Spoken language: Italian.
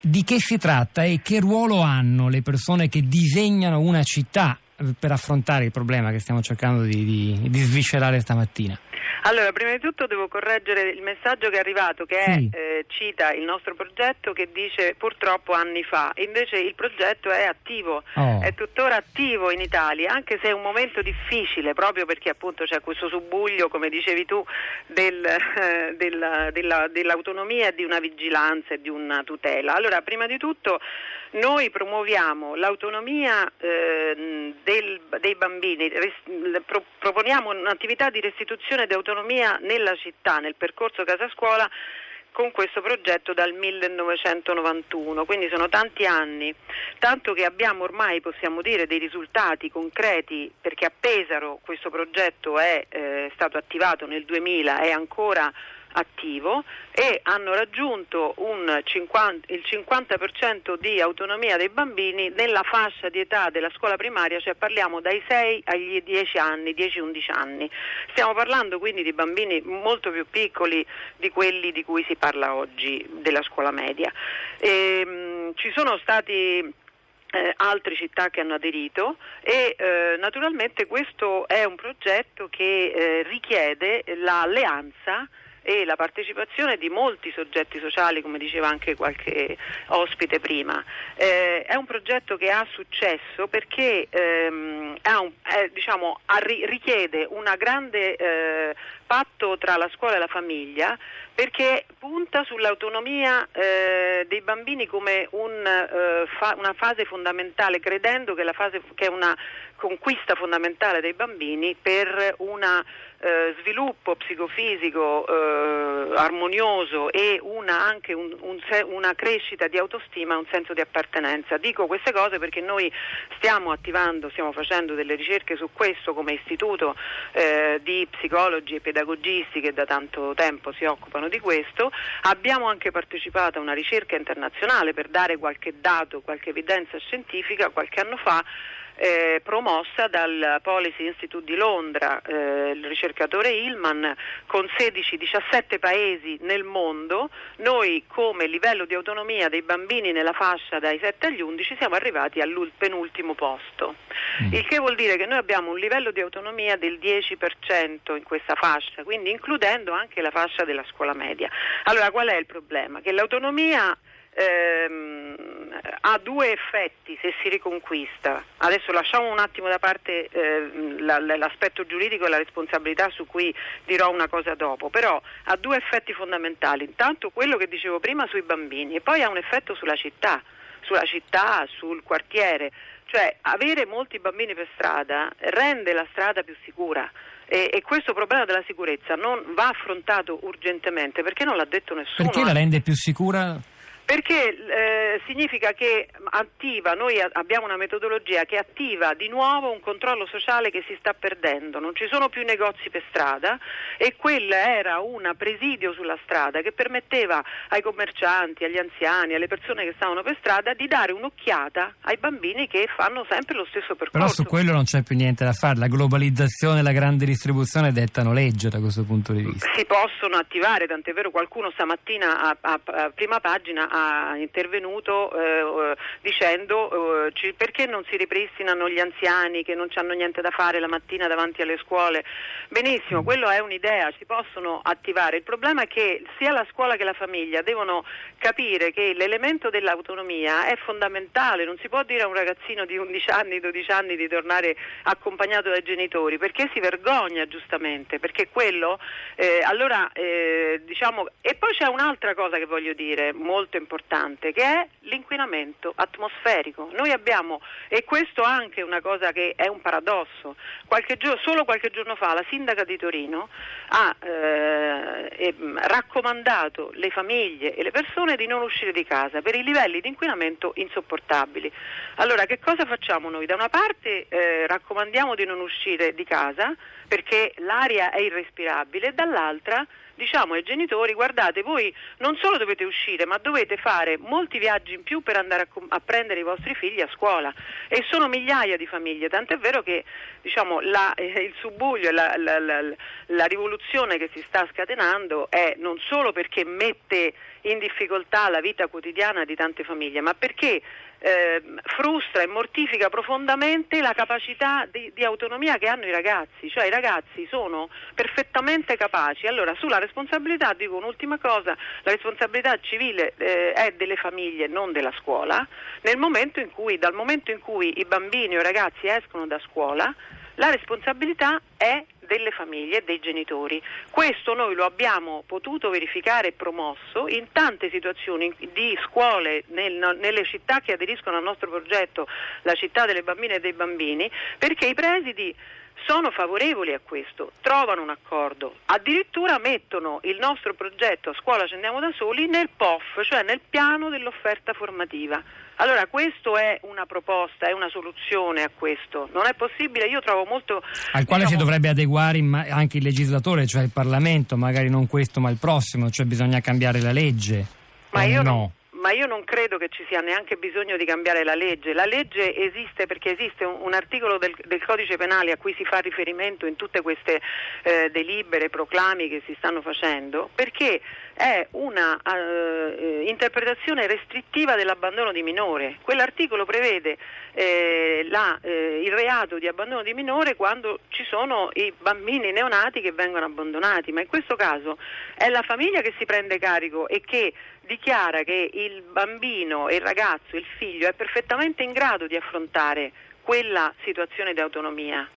Di che si tratta e che ruolo hanno le persone che disegnano una città per affrontare il problema che stiamo cercando di sviscerare stamattina? Allora, prima di tutto devo correggere il messaggio che è arrivato, che sì. Cita il nostro progetto, che dice purtroppo anni fa. Invece il progetto è attivo, è tuttora attivo in Italia, anche se è un momento difficile, proprio perché appunto c'è questo subbuglio, come dicevi tu, dell'autonomia e di una vigilanza e di una tutela. Allora, prima di tutto noi promuoviamo l'autonomia dei bambini, proponiamo un'attività di restituzione di autonomia nella città, nel percorso Casa Scuola, con questo progetto dal 1991, quindi sono tanti anni, tanto che abbiamo ormai, possiamo dire, dei risultati concreti, perché a Pesaro questo progetto è stato attivato nel 2000, è ancora attivo, e hanno raggiunto il 50% di autonomia dei bambini nella fascia di età della scuola primaria, cioè parliamo dai 6 agli 10 anni, 10-11 anni. Stiamo parlando quindi di bambini molto più piccoli di quelli di cui si parla oggi della scuola media. Ci sono stati altre città che hanno aderito e naturalmente questo è un progetto che richiede l'alleanza e la partecipazione di molti soggetti sociali, come diceva anche qualche ospite prima. È un progetto che ha successo perché richiede una grande patto tra la scuola e la famiglia, perché punta sull'autonomia dei bambini come una fase fondamentale, credendo che è una conquista fondamentale dei bambini per una sviluppo psicofisico armonioso e anche una crescita di autostima, un senso di appartenenza. Dico queste cose perché noi stiamo facendo delle ricerche su questo come istituto di psicologi e pedagogisti che da tanto tempo si occupano di questo. Abbiamo anche partecipato a una ricerca internazionale per dare qualche dato, qualche evidenza scientifica qualche anno fa, promossa dal Policy Institute di Londra, il ricercatore Hillman, con 17 paesi nel mondo. Noi come livello di autonomia dei bambini nella fascia dai 7 agli 11 siamo arrivati al penultimo posto, il che vuol dire che noi abbiamo un livello di autonomia del 10% in questa fascia, quindi includendo anche la fascia della scuola media. Allora, qual è il problema? Che l'autonomia ha due effetti se si riconquista. Adesso lasciamo un attimo da parte l'aspetto giuridico e la responsabilità, su cui dirò una cosa dopo, però ha due effetti fondamentali. Intanto quello che dicevo prima sui bambini, e poi ha un effetto sulla città, sul quartiere, cioè avere molti bambini per strada rende la strada più sicura. E questo problema della sicurezza non va affrontato urgentemente, perché non l'ha detto nessuno. Perché la rende più sicura? Perché significa che noi abbiamo una metodologia che attiva di nuovo un controllo sociale che si sta perdendo. Non ci sono più negozi per strada, e quella era un presidio sulla strada che permetteva ai commercianti, agli anziani, alle persone che stavano per strada di dare un'occhiata ai bambini che fanno sempre lo stesso percorso. Però su quello non c'è più niente da fare, la globalizzazione e la grande distribuzione dettano legge da questo punto di vista. Si possono attivare, tant'è vero qualcuno stamattina a prima pagina ha intervenuto dicendo perché non si ripristinano gli anziani che non hanno niente da fare la mattina davanti alle scuole. Benissimo, quello è un'idea, si possono attivare. Il problema è che sia la scuola che la famiglia devono capire che l'elemento dell'autonomia è fondamentale. Non si può dire a un ragazzino di 11 anni, 12 anni di tornare accompagnato dai genitori, perché si vergogna, giustamente, perché quello e poi c'è un'altra cosa che voglio dire molto importante, che è l'inquinamento atmosferico. Noi abbiamo, e questo anche è una cosa che è un paradosso, solo qualche giorno fa la sindaca di Torino ha raccomandato le famiglie e le persone di non uscire di casa per i livelli di inquinamento insopportabili. Allora, che cosa facciamo noi? Da una parte raccomandiamo di non uscire di casa perché l'aria è irrespirabile, e dall'altra diciamo ai genitori: guardate, voi non solo dovete uscire, ma dovete fare molti viaggi in più per andare a prendere i vostri figli a scuola. E sono migliaia di famiglie, tant'è vero che il subbuglio e la rivoluzione che si sta scatenando è non solo perché mette in difficoltà la vita quotidiana di tante famiglie, ma perché frustra e mortifica profondamente la capacità di autonomia che hanno i ragazzi, cioè i ragazzi sono perfettamente capaci. Allora, sulla responsabilità dico un'ultima cosa: la responsabilità civile è delle famiglie, non della scuola. Dal momento in cui i bambini o i ragazzi escono da scuola, la responsabilità è delle famiglie e dei genitori. Questo noi lo abbiamo potuto verificare e promosso in tante situazioni di scuole nelle città che aderiscono al nostro progetto, la città delle bambine e dei bambini, perché i presidi sono favorevoli a questo, trovano un accordo, addirittura mettono il nostro progetto Scuola ci andiamo da soli nel POF, cioè nel piano dell'offerta formativa. Allora questo è una proposta, è una soluzione a questo. Non è possibile, io trovo molto... Al quale si dovrebbe adeguare anche il legislatore, cioè il Parlamento, magari non questo ma il prossimo, cioè bisogna cambiare la legge. Ma io non credo che ci sia neanche bisogno di cambiare la legge. La legge esiste perché esiste un articolo del Codice Penale a cui si fa riferimento in tutte queste delibere, proclami che si stanno facendo, perché è una interpretazione restrittiva dell'abbandono di minore. Quell'articolo prevede il reato di abbandono di minore quando ci sono i bambini neonati che vengono abbandonati, ma in questo caso è la famiglia che si prende carico e che dichiara che il bambino, il ragazzo, il figlio è perfettamente in grado di affrontare quella situazione di autonomia.